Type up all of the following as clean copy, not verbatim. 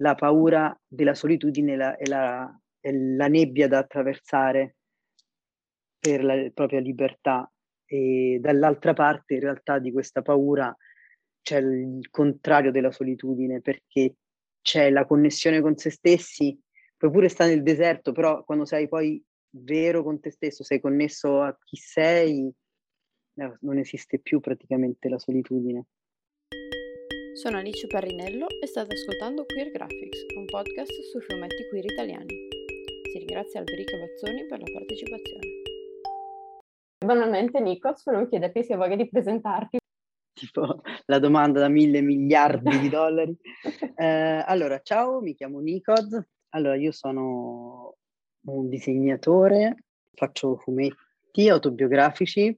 la paura della solitudine e la nebbia da attraversare per la propria libertà, e dall'altra parte in realtà di questa paura c'è il contrario della solitudine, perché c'è la connessione con se stessi, puoi pure stare nel deserto, però quando sei poi vero con te stesso, sei connesso a chi sei, non esiste più praticamente la solitudine. Sono Alice Parrinello e state ascoltando Queer Graphics, un podcast sui fumetti queer italiani. Si ringrazia Alberica Bazzoni per la partecipazione. Banalmente, Nikos, volevo chiederti se hai voglia di presentarti. Tipo la domanda da 1.000 miliardi di dollari. Allora, ciao, mi chiamo Nikos. Allora, io sono un disegnatore, faccio fumetti autobiografici,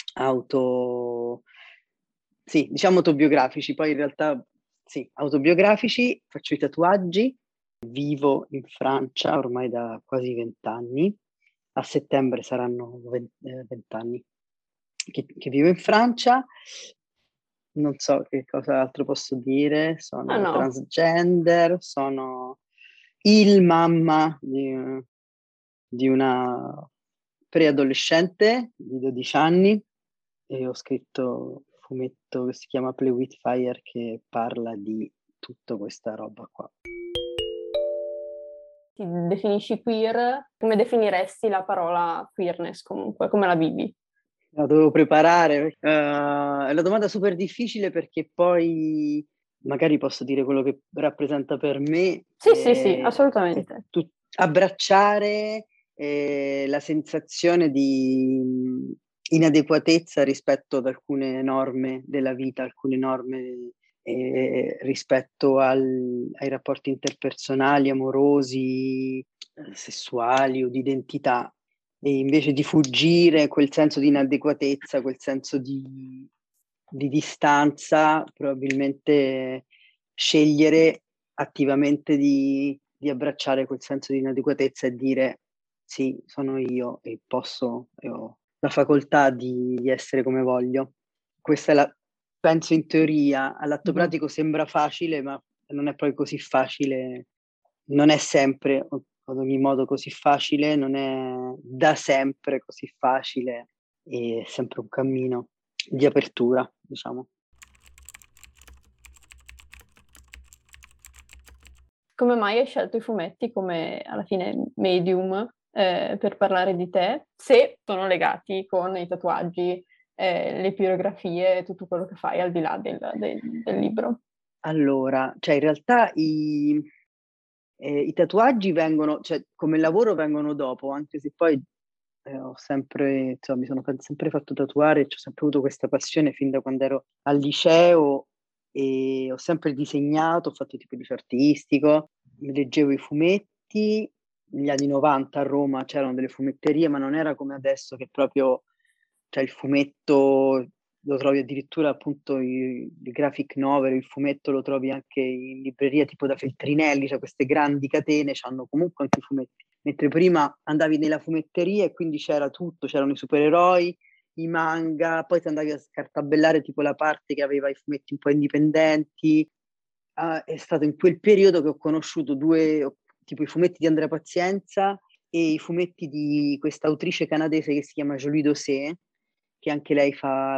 diciamo autobiografici, poi in realtà sì, autobiografici, faccio i tatuaggi, vivo in Francia ormai da quasi 20 anni, a settembre saranno 20 anni che vivo in Francia. Non so che cosa altro posso dire, sono transgender, sono il mamma di una preadolescente di 12 anni e ho scritto un fumetto che si chiama Play with Fire, che parla di tutta questa roba qua. Ti definisci queer? Come definiresti la parola queerness comunque? Come la vivi? La dovevo preparare. È una domanda super difficile, perché poi magari posso dire quello che rappresenta per me. Sì, assolutamente. Abbracciare la sensazione di inadeguatezza rispetto ad alcune norme della vita, alcune norme rispetto ai rapporti interpersonali, amorosi, sessuali o di identità. E invece di fuggire quel senso di inadeguatezza, quel senso di distanza, probabilmente scegliere attivamente di abbracciare quel senso di inadeguatezza e dire sì, sono io e ho la facoltà di essere come voglio. Questa è penso in teoria. All'atto pratico sembra facile, ma non è poi così facile, non è sempre ad ogni modo così facile, non è da sempre così facile, è sempre un cammino di apertura, diciamo. Come mai hai scelto i fumetti come alla fine medium per parlare di te, se sono legati con i tatuaggi, le pirografie, tutto quello che fai al di là del libro? Allora, cioè in realtà i tatuaggi vengono, cioè come lavoro vengono dopo, anche se poi ho sempre, insomma, mi sono sempre fatto tatuare, ho sempre avuto questa passione fin da quando ero al liceo e ho sempre disegnato, ho fatto tipo liceo artistico, leggevo i fumetti. Negli anni 90 a Roma c'erano delle fumetterie, ma non era come adesso che proprio, cioè il fumetto lo trovi addirittura appunto il graphic novel, il fumetto lo trovi anche in libreria tipo da Feltrinelli, cioè queste grandi catene hanno comunque anche i fumetti. Mentre prima andavi nella fumetteria e quindi c'era tutto, c'erano i supereroi, i manga, poi ti andavi a scartabellare tipo la parte che aveva i fumetti un po' indipendenti. È stato in quel periodo che ho conosciuto tipo i fumetti di Andrea Pazienza e i fumetti di questa autrice canadese che si chiama Jolie Dosset, che anche lei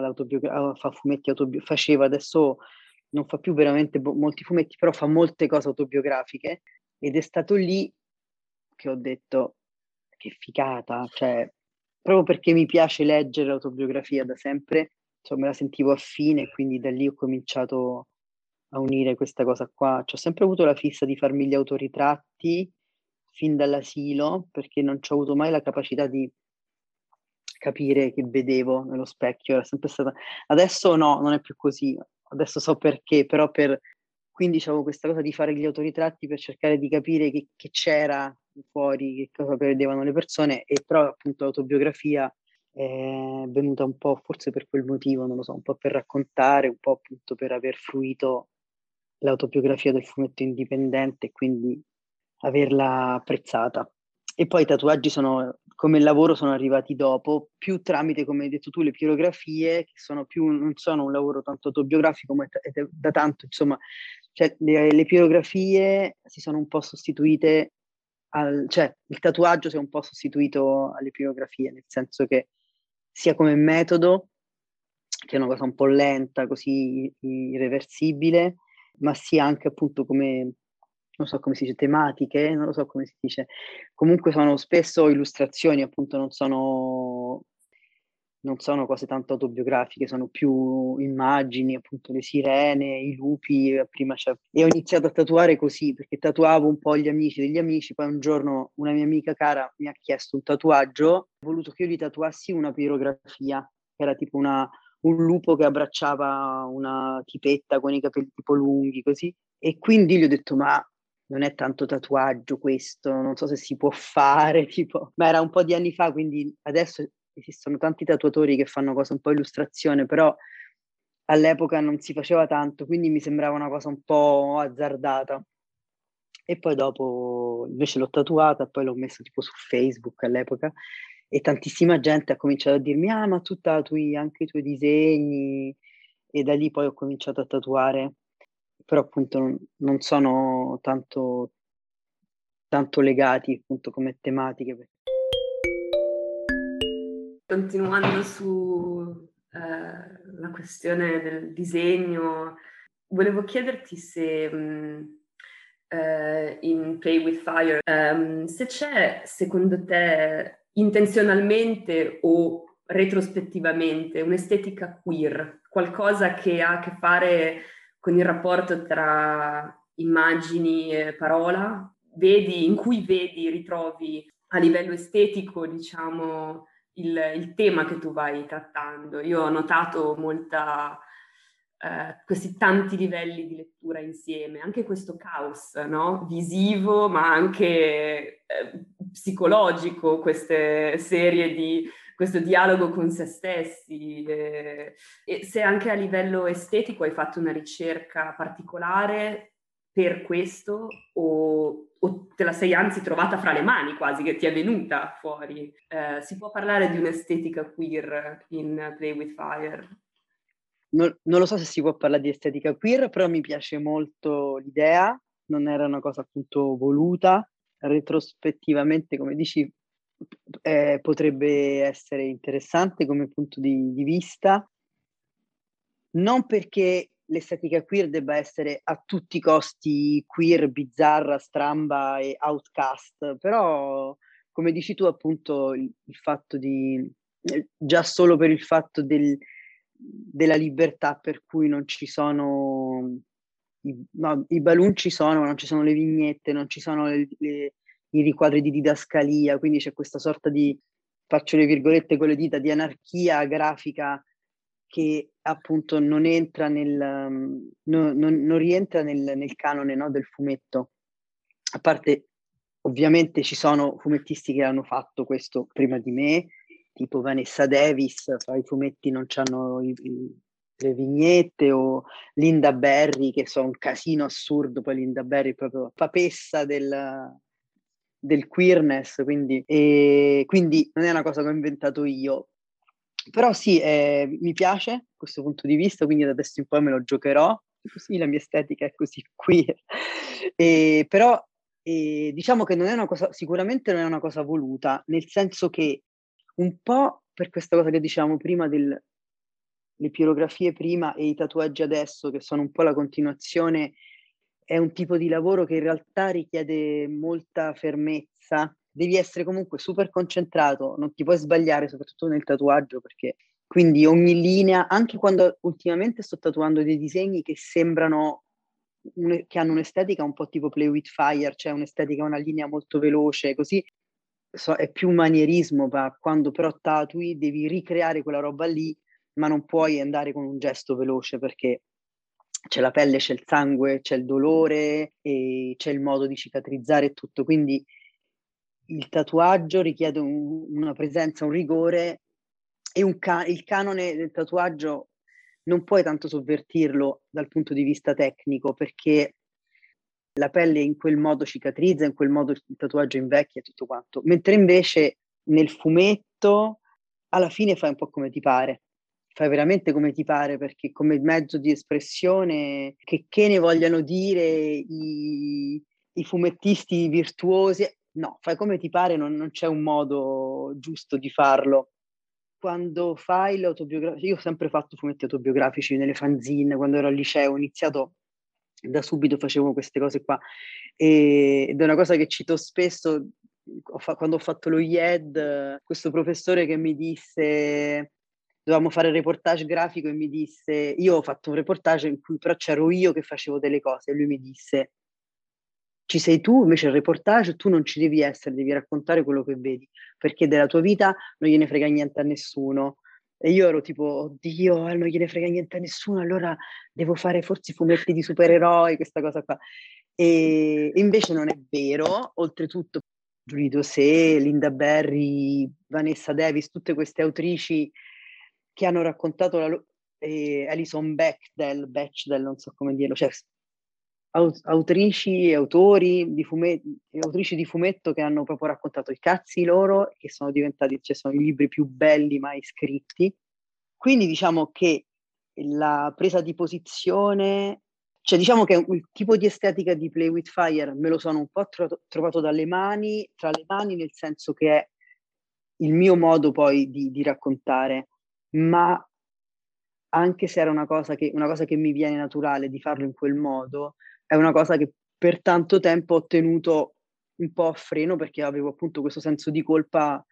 faceva, adesso non fa più veramente molti fumetti, però fa molte cose autobiografiche, ed è stato lì che ho detto che figata, cioè proprio perché mi piace leggere l'autobiografia da sempre, insomma me la sentivo affine, quindi da lì ho cominciato a unire questa cosa qua. C'ho sempre avuto la fissa di farmi gli autoritratti fin dall'asilo, perché non c'ho avuto mai la capacità di capire che vedevo nello specchio, era sempre stata. Adesso no, non è più così, adesso so perché, però quindi c'avevo questa cosa di fare gli autoritratti per cercare di capire che c'era fuori, che cosa vedevano le persone, e però appunto l'autobiografia è venuta un po', forse per quel motivo, non lo so, un po' per raccontare, un po' appunto per aver fruito l'autobiografia del fumetto indipendente e quindi averla apprezzata. E poi i tatuaggi come lavoro sono arrivati dopo, più tramite, come hai detto tu, le pirografie, che non sono un lavoro tanto autobiografico, ma da tanto, insomma, cioè le pirografie si sono un po' sostituite cioè il tatuaggio si è un po' sostituito alle pirografie, nel senso che sia come metodo, che è una cosa un po' lenta, così irreversibile, ma sia anche appunto come, non so come si dice, tematiche, non lo so come si dice, comunque sono spesso illustrazioni, appunto non sono cose tanto autobiografiche, sono più immagini, appunto le sirene, i lupi, prima e ho iniziato a tatuare così, perché tatuavo un po' gli amici degli amici, poi un giorno una mia amica cara mi ha chiesto un tatuaggio, ho voluto che io gli tatuassi una pirografia, che era tipo un lupo che abbracciava una tipetta con i capelli tipo lunghi, così, e quindi gli ho detto, ma non è tanto tatuaggio questo, non so se si può fare, tipo, ma era un po' di anni fa, quindi adesso esistono tanti tatuatori che fanno cose un po' illustrazione, però all'epoca non si faceva tanto, quindi mi sembrava una cosa un po' azzardata. E poi dopo invece l'ho tatuata, poi l'ho messa tipo su Facebook all'epoca e tantissima gente ha cominciato a dirmi ma tu tatui anche i tuoi disegni, e da lì poi ho cominciato a tatuare, però appunto non sono tanto legati appunto come tematiche. Continuando su la questione del disegno, volevo chiederti se in Play with Fire se c'è secondo te intenzionalmente o retrospettivamente un'estetica queer, qualcosa che ha a che fare con il rapporto tra immagini e parola, in cui ritrovi a livello estetico, diciamo, il tema che tu vai trattando. Io ho notato questi tanti livelli di lettura insieme, anche questo caos, no? Visivo, ma anche psicologico, queste serie di questo dialogo con se stessi. E se anche a livello estetico hai fatto una ricerca particolare per questo o te la sei anzi trovata fra le mani quasi, che ti è venuta fuori. Si può parlare di un'estetica queer in Play with Fire? Non lo so se si può parlare di estetica queer, però mi piace molto l'idea, non era una cosa appunto voluta, retrospettivamente, come dici, potrebbe essere interessante come punto di vista, non perché l'estetica queer debba essere a tutti i costi queer, bizzarra, stramba e outcast, però come dici tu appunto il fatto di, già solo per il fatto della libertà per cui non ci sono, i balloon ci sono, ma non ci sono le vignette, non ci sono i riquadri di didascalia, quindi c'è questa sorta di, faccio le virgolette con le dita, di anarchia grafica che appunto non entra non rientra nel canone, no, del fumetto. A parte, ovviamente ci sono fumettisti che hanno fatto questo prima di me, tipo Vanessa Davis, fa i fumetti, non c'hanno le vignette, o Linda Berry, che sono un casino assurdo, poi Linda Berry è proprio papessa del queerness, quindi non è una cosa che ho inventato io. Però sì, mi piace questo punto di vista, quindi da adesso in poi me lo giocherò, così la mia estetica è così queer. Però diciamo che non è una cosa, sicuramente non è una cosa voluta, nel senso che un po' per questa cosa che dicevamo prima le pirografie prima e i tatuaggi adesso, che sono un po' la continuazione, è un tipo di lavoro che in realtà richiede molta fermezza, devi essere comunque super concentrato, non ti puoi sbagliare, soprattutto nel tatuaggio, perché quindi ogni linea, anche quando ultimamente sto tatuando dei disegni che sembrano, che hanno un'estetica un po' tipo Play with Fire, cioè un'estetica, una linea molto veloce, così è più manierismo, ma quando però tatui devi ricreare quella roba lì, ma non puoi andare con un gesto veloce perché c'è la pelle, c'è il sangue, c'è il dolore e c'è il modo di cicatrizzare e tutto. Quindi il tatuaggio richiede una presenza, un rigore e il canone del tatuaggio non puoi tanto sovvertirlo dal punto di vista tecnico, perché la pelle in quel modo cicatrizza, in quel modo il tatuaggio invecchia e tutto quanto. Mentre invece nel fumetto alla fine fai un po' come ti pare. fai veramente come ti pare, perché come mezzo di espressione, che ne vogliano dire i fumettisti virtuosi, no, fai come ti pare, non c'è un modo giusto di farlo. Quando fai l'autobiografica, io ho sempre fatto fumetti autobiografici nelle fanzine, quando ero al liceo ho iniziato da subito, facevo queste cose qua, ed è una cosa che cito spesso. Quando ho fatto lo IED, questo professore che mi disse, dovevamo fare il reportage grafico, e mi disse, io ho fatto un reportage in cui però c'ero io che facevo delle cose, e lui mi disse, ci sei tu, invece il reportage tu non ci devi essere, devi raccontare quello che vedi, perché della tua vita non gliene frega niente a nessuno. E io ero tipo, oddio, non gliene frega niente a nessuno, allora devo fare forse fumetti di supereroi, questa cosa qua. E invece non è vero. Oltretutto Julie Doucet, Linda Berry, Vanessa Davis, tutte queste autrici che hanno raccontato Alison Bechdel, non so come dirlo, cioè autrici e autori di autrici di fumetto che hanno proprio raccontato i cazzi loro, che sono diventati, cioè sono i libri più belli mai scritti. Quindi diciamo che la presa di posizione, cioè diciamo che il tipo di estetica di Play with Fire me lo sono un po' trovato tra le mani, nel senso che è il mio modo poi di raccontare, ma anche se era una cosa che mi viene naturale di farlo in quel modo, è una cosa che per tanto tempo ho tenuto un po' a freno, perché avevo appunto questo senso di colpa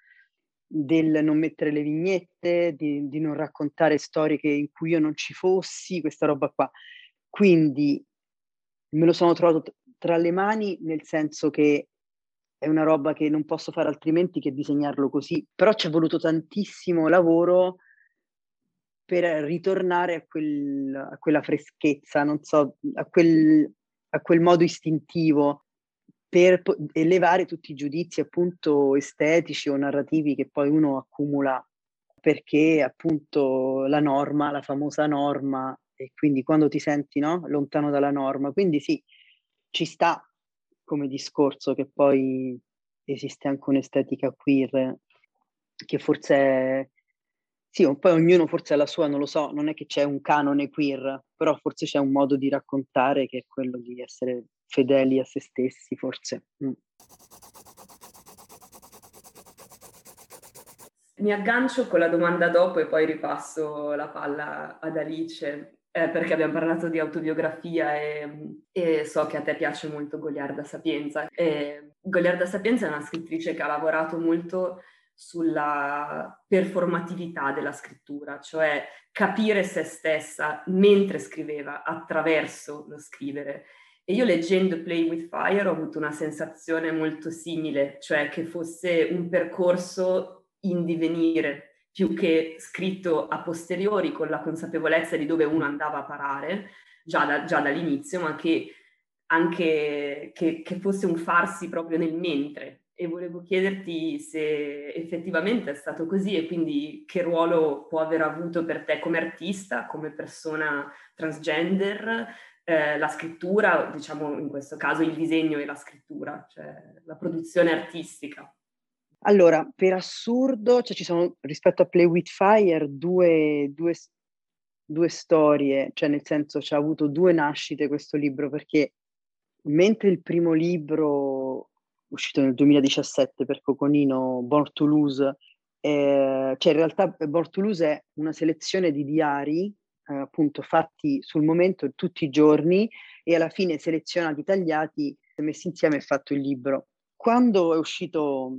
del non mettere le vignette, di non raccontare storie in cui io non ci fossi, questa roba qua. Quindi me lo sono trovato tra le mani, nel senso che è una roba che non posso fare altrimenti che disegnarlo così, però ci è voluto tantissimo lavoro per ritornare a quella freschezza, non so, a quel modo istintivo, per elevare tutti i giudizi appunto estetici o narrativi che poi uno accumula, perché appunto la famosa norma, e quindi quando ti senti, no, lontano dalla norma. Quindi sì, ci sta come discorso che poi esiste anche un'estetica queer che forse è, sì, poi ognuno forse ha la sua, non lo so, non è che c'è un canone queer, però forse c'è un modo di raccontare che è quello di essere fedeli a se stessi, forse. Mi aggancio con la domanda dopo e poi ripasso la palla ad Alice, perché abbiamo parlato di autobiografia e so che a te piace molto Goliarda Sapienza. Goliarda Sapienza è una scrittrice che ha lavorato molto sulla performatività della scrittura, cioè capire se stessa mentre scriveva, attraverso lo scrivere. E io leggendo Play with Fire ho avuto una sensazione molto simile, cioè che fosse un percorso in divenire, più che scritto a posteriori con la consapevolezza di dove uno andava a parare, già dall'inizio, ma che anche che fosse un farsi proprio nel mentre. E volevo chiederti se effettivamente è stato così e quindi che ruolo può aver avuto per te come artista, come persona transgender, la scrittura, diciamo in questo caso il disegno e la scrittura, cioè la produzione artistica. Allora, per assurdo, cioè ci sono rispetto a Play with Fire due storie, cioè nel senso c'ha avuto due nascite questo libro, perché mentre il primo libro uscito nel 2017 per Coconino, Born to Lose, cioè in realtà Born to Lose è una selezione di diari appunto fatti sul momento tutti i giorni e alla fine selezionati, tagliati, messi insieme e fatto il libro. Quando è uscito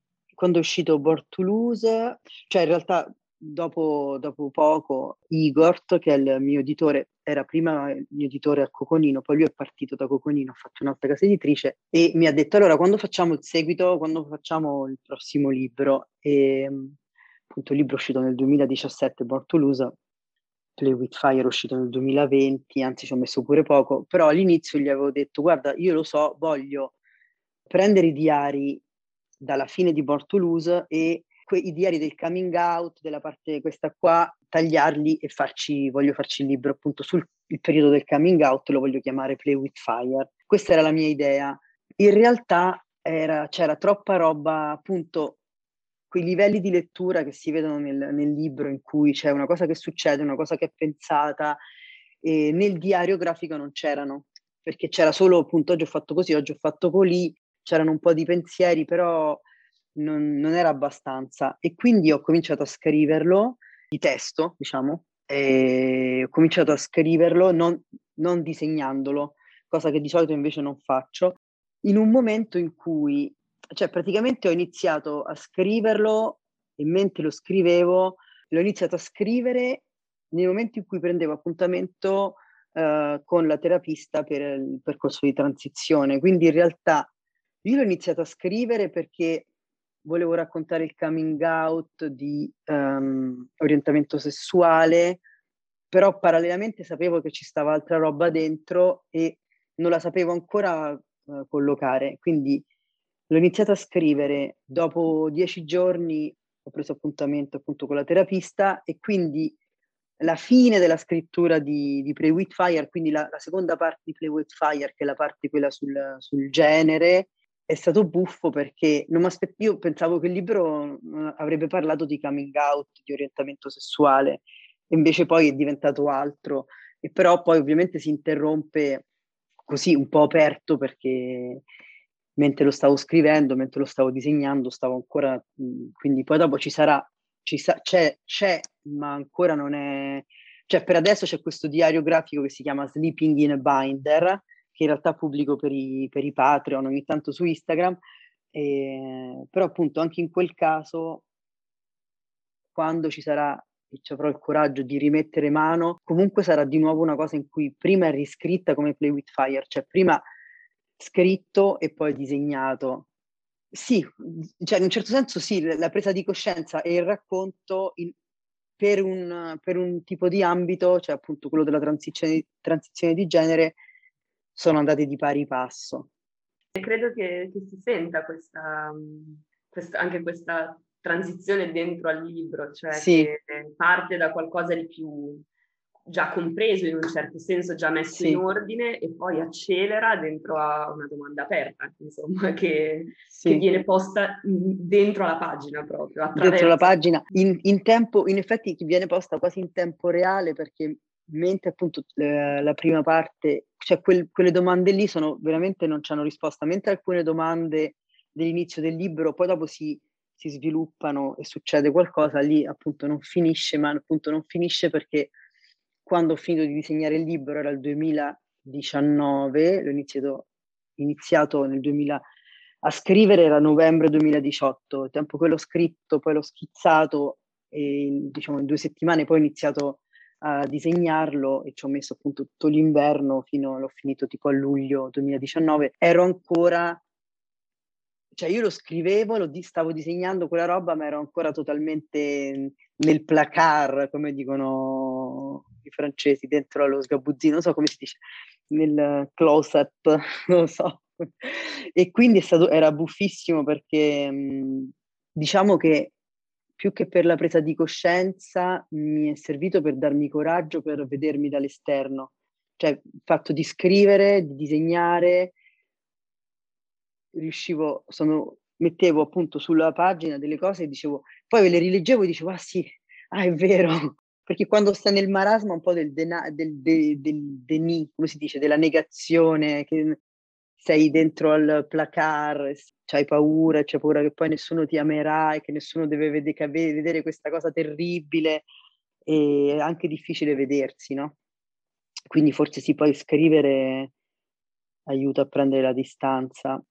Born to Lose, cioè in realtà dopo poco Igor, che è il mio editore, era prima il mio editore a Coconino, poi lui è partito da Coconino, ha fatto un'altra casa editrice e mi ha detto allora quando facciamo il seguito, quando facciamo il prossimo libro. E appunto il libro è uscito nel 2017, Born to Lose, Play with Fire è uscito nel 2020, anzi ci ho messo pure poco, però all'inizio gli avevo detto guarda, io lo so, voglio prendere i diari dalla fine di Born to Lose e i diari del coming out, della parte questa qua, tagliarli e voglio farci il libro appunto sul periodo del coming out, lo voglio chiamare Play with Fire. Questa era la mia idea. In realtà c'era troppa roba appunto quei livelli di lettura che si vedono nel libro, in cui c'è una cosa che succede, una cosa che è pensata, e nel diario grafico non c'erano, perché c'era solo appunto oggi ho fatto così, oggi ho fatto colì, c'erano un po' di pensieri, però non era abbastanza. E quindi ho cominciato a scriverlo di testo, diciamo, e ho cominciato a scriverlo non disegnandolo, cosa che di solito invece non faccio, in un momento in cui, cioè praticamente ho iniziato a scriverlo e mentre lo scrivevo, l'ho iniziato a scrivere nel momento in cui prendevo appuntamento con la terapista per il percorso di transizione. Quindi in realtà io l'ho iniziato a scrivere perché volevo raccontare il coming out di orientamento sessuale, però parallelamente sapevo che ci stava altra roba dentro e non la sapevo ancora collocare. Quindi l'ho iniziato a scrivere, dopo 10 giorni ho preso appuntamento appunto con la terapista e quindi la fine della scrittura di Play With Fire, quindi la seconda parte di Play With Fire, che è la parte quella sul genere, è stato buffo perché io pensavo che il libro avrebbe parlato di coming out, di orientamento sessuale, e invece poi è diventato altro, e però poi ovviamente si interrompe così un po' aperto perché mentre lo stavo scrivendo, mentre lo stavo disegnando, stavo ancora, quindi poi dopo c'è, ma ancora non è, cioè per adesso c'è questo diario grafico che si chiama Sleeping in a Binder, che in realtà pubblico per i Patreon, ogni tanto su Instagram, però appunto anche in quel caso, quando ci sarà e ci avrò il coraggio di rimettere mano, comunque sarà di nuovo una cosa in cui prima è riscritta come Play With Fire, cioè prima scritto e poi disegnato. Sì, cioè in un certo senso sì, la presa di coscienza e il racconto per un tipo di ambito, cioè appunto quello della transizione di genere, sono andati di pari passo. Credo che si senta anche questa transizione dentro al libro, cioè Sì. che parte da qualcosa di più già compreso in un certo senso, già messo in ordine e poi accelera dentro a una domanda aperta, insomma, che viene posta dentro alla pagina proprio. Dentro la pagina, in tempo, in effetti che viene posta quasi in tempo reale, perché mentre appunto la prima parte, cioè quelle domande lì sono veramente non c'hanno risposta, mentre alcune domande dell'inizio del libro poi dopo si sviluppano e succede qualcosa, lì appunto non finisce, ma appunto non finisce perché quando ho finito di disegnare il libro era il 2019, l'ho iniziato nel 2000, a scrivere era novembre 2018, il tempo che l'ho scritto, poi l'ho schizzato e diciamo in 2 settimane poi ho iniziato a disegnarlo e ci ho messo appunto tutto l'inverno l'ho finito tipo a luglio 2019. Ero ancora, cioè io lo scrivevo, stavo disegnando quella roba, ma ero ancora totalmente nel placard, come dicono i francesi, dentro allo sgabuzzino, non so come si dice, nel closet, non lo so. E quindi era buffissimo perché diciamo che più che per la presa di coscienza mi è servito per darmi coraggio per vedermi dall'esterno, cioè il fatto di scrivere, di disegnare, mettevo appunto sulla pagina delle cose e dicevo, poi ve le rileggevo e dicevo, ah sì, ah è vero, perché quando stai nel marasma un po' del denis, come si dice, della negazione, che sei dentro al placard, c'hai paura, c'hai paura che poi nessuno ti amerà e che nessuno deve vedere questa cosa terribile, e è anche difficile vedersi, no? Quindi forse sì, poi scrivere aiuta a prendere la distanza.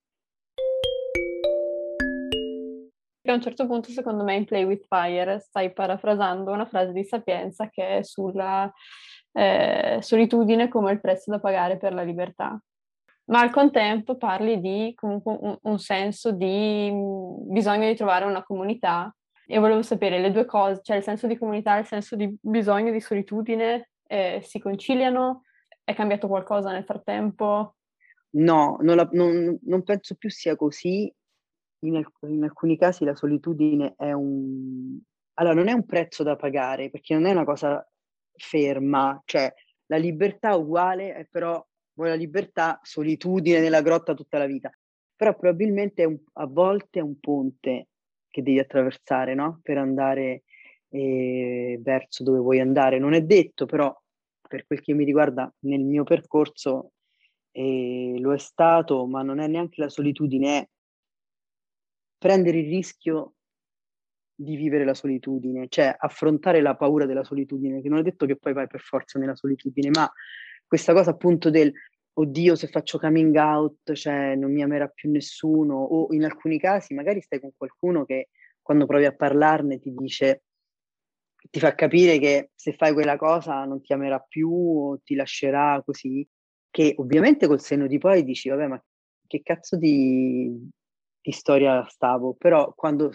A un certo punto, secondo me, in Play With Fire stai parafrasando una frase di Sapienza che è sulla solitudine come il prezzo da pagare per la libertà. Ma al contempo parli di comunque un senso di bisogno di trovare una comunità, e volevo sapere le due cose, cioè il senso di comunità e il senso di bisogno di solitudine si conciliano? È cambiato qualcosa nel frattempo? No, non penso più sia così. In alcuni casi la solitudine allora non è un prezzo da pagare, perché non è una cosa ferma, cioè la libertà è uguale, però vuoi la libertà, solitudine nella grotta tutta la vita. Però probabilmente a volte è un ponte, che devi attraversare, no? Per andare verso dove vuoi andare. Non è detto, però, per quel che mi riguarda, nel mio percorso lo è stato, ma non è neanche la solitudine, è prendere il rischio di vivere la solitudine, cioè affrontare la paura della solitudine, che non è detto che poi vai per forza nella solitudine, ma questa cosa appunto del oddio, se faccio coming out, cioè non mi amerà più nessuno, o in alcuni casi magari stai con qualcuno che quando provi a parlarne ti fa capire che se fai quella cosa non ti amerà più o ti lascerà così, che ovviamente col senno di poi dici vabbè, ma che cazzo di storia stavo, però quando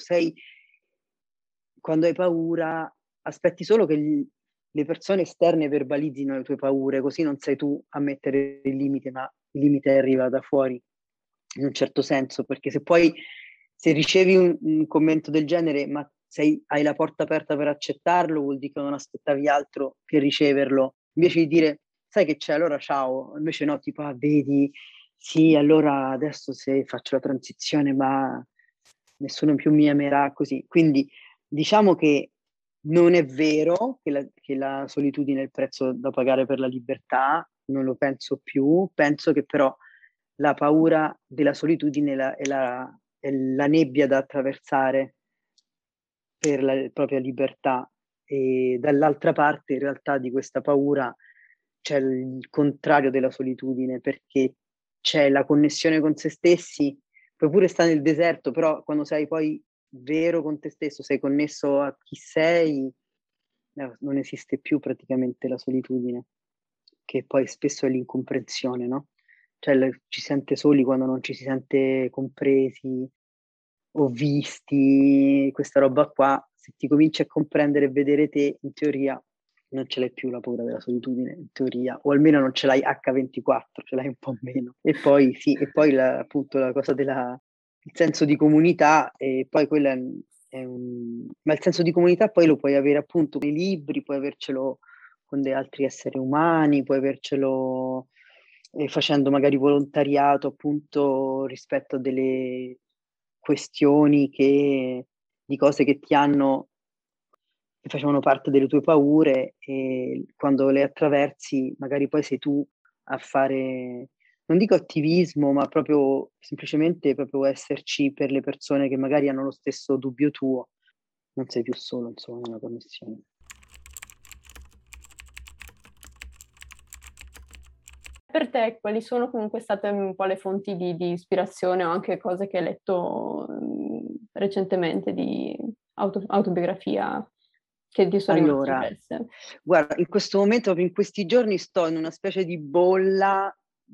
hai paura aspetti solo che le persone esterne verbalizzino le tue paure, così non sei tu a mettere il limite, ma il limite arriva da fuori, in un certo senso, perché se ricevi un commento del genere, ma hai la porta aperta per accettarlo, vuol dire che non aspettavi altro che riceverlo, invece di dire, sai che c'è, allora ciao, invece no, tipo, vedi, sì, allora adesso se faccio la transizione, ma nessuno più mi amerà così, quindi diciamo che non è vero che la solitudine è il prezzo da pagare per la libertà, non lo penso più, penso che però la paura della solitudine è la nebbia da attraversare per la propria libertà, e dall'altra parte in realtà di questa paura c'è il contrario della solitudine, perché c'è la connessione con se stessi, puoi pure stare nel deserto, però quando sei poi vero con te stesso, sei connesso a chi sei, non esiste più praticamente la solitudine, che poi spesso è l'incomprensione, no? Cioè ci si sente soli quando non ci si sente compresi o visti, questa roba qua, se ti cominci a comprendere e vedere te, in teoria non ce l'hai più la paura della solitudine, in teoria, o almeno non ce l'hai H24, ce l'hai un po' meno. E poi sì, e poi appunto la cosa il senso di comunità, e poi quella ma il senso di comunità poi lo puoi avere appunto nei libri, puoi avercelo con degli altri esseri umani, puoi avercelo facendo magari volontariato appunto rispetto a delle questioni di cose che che facevano parte delle tue paure, e quando le attraversi magari poi sei tu a fare, non dico attivismo, ma proprio semplicemente proprio esserci per le persone che magari hanno lo stesso dubbio tuo, non sei più solo, insomma, nella connessione. Per te, quali sono comunque state un po' le fonti di ispirazione o anche cose che hai letto recentemente di autobiografia che ti sono rimaste Allora, impresse? guarda, in questo momento, proprio in questi giorni, sto in una specie di bolla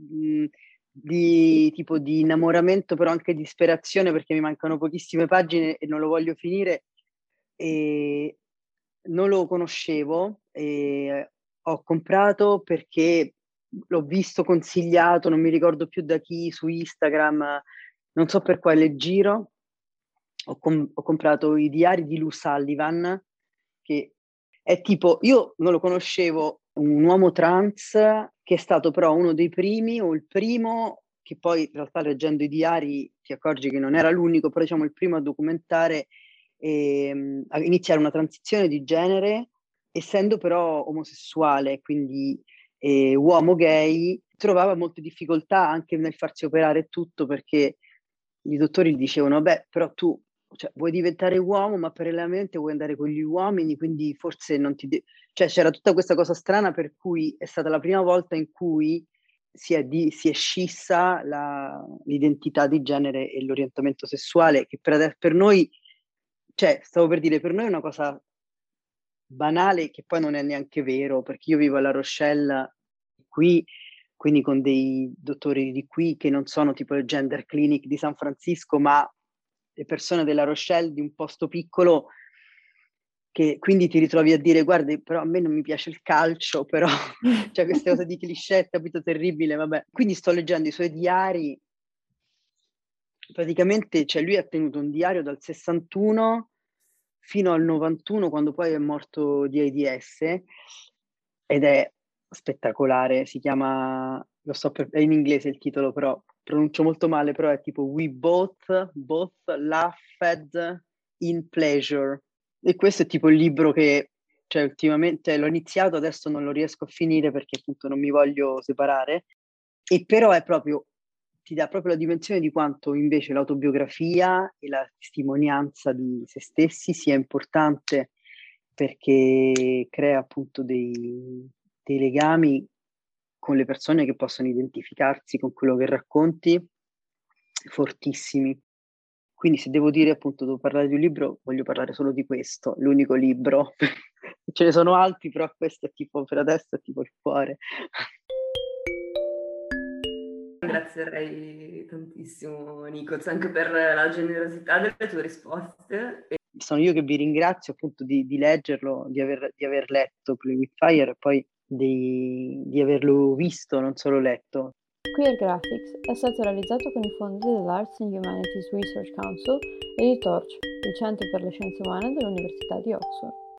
di tipo di innamoramento, però anche di disperazione, perché mi mancano pochissime pagine e non lo voglio finire. E non lo conoscevo e ho comprato perché l'ho visto consigliato, non mi ricordo più da chi, su Instagram, non so per quale giro. Ho comprato i diari di Lou Sullivan, che è tipo, io non lo conoscevo, un uomo trans che è stato però uno dei primi, o il primo, che poi in realtà leggendo i diari ti accorgi che non era l'unico, però diciamo il primo a documentare, a iniziare una transizione di genere, essendo però omosessuale, quindi uomo gay, trovava molte difficoltà anche nel farsi operare e tutto, perché i dottori gli dicevano, beh, però tu, cioè, vuoi diventare uomo, ma parallelamente vuoi andare con gli uomini, quindi forse non ti... Cioè c'era tutta questa cosa strana, per cui è stata la prima volta in cui si è scissa l'identità di genere e l'orientamento sessuale, che per noi, cioè stavo per dire, per noi è una cosa banale, che poi non è neanche vero, perché io vivo alla Rochelle qui, quindi con dei dottori di qui che non sono tipo il Gender Clinic di San Francisco, ma le persone della Rochelle, di un posto piccolo, che quindi ti ritrovi a dire, guardi, però a me non mi piace il calcio, però cioè queste cose di cliché, capito, terribile, vabbè. Quindi sto leggendo i suoi diari, praticamente, cioè lui ha tenuto un diario dal 61 fino al 91, quando poi è morto di AIDS, ed è spettacolare, si chiama, è in inglese il titolo, però pronuncio molto male, però è tipo We both laughed in Pleasure. E questo è tipo il libro che, cioè, ultimamente l'ho iniziato, adesso non lo riesco a finire perché appunto non mi voglio separare, e però è proprio, ti dà proprio la dimensione di quanto invece l'autobiografia e la testimonianza di se stessi sia importante, perché crea appunto dei legami con le persone che possono identificarsi con quello che racconti, fortissimi. Quindi se devo dire appunto, devo parlare di un libro, voglio parlare solo di questo, l'unico libro. Ce ne sono altri, però questo è tipo, per adesso è tipo il cuore. Ringrazierei tantissimo, Nico, anche per la generosità delle tue risposte. Sono io che vi ringrazio appunto di leggerlo, di aver letto Play with Fire e poi di averlo visto, non solo letto. Queer Graphics è stato realizzato con i fondi dell'Arts and Humanities Research Council e di Torch, il Centro per le Scienze Umane dell'Università di Oxford.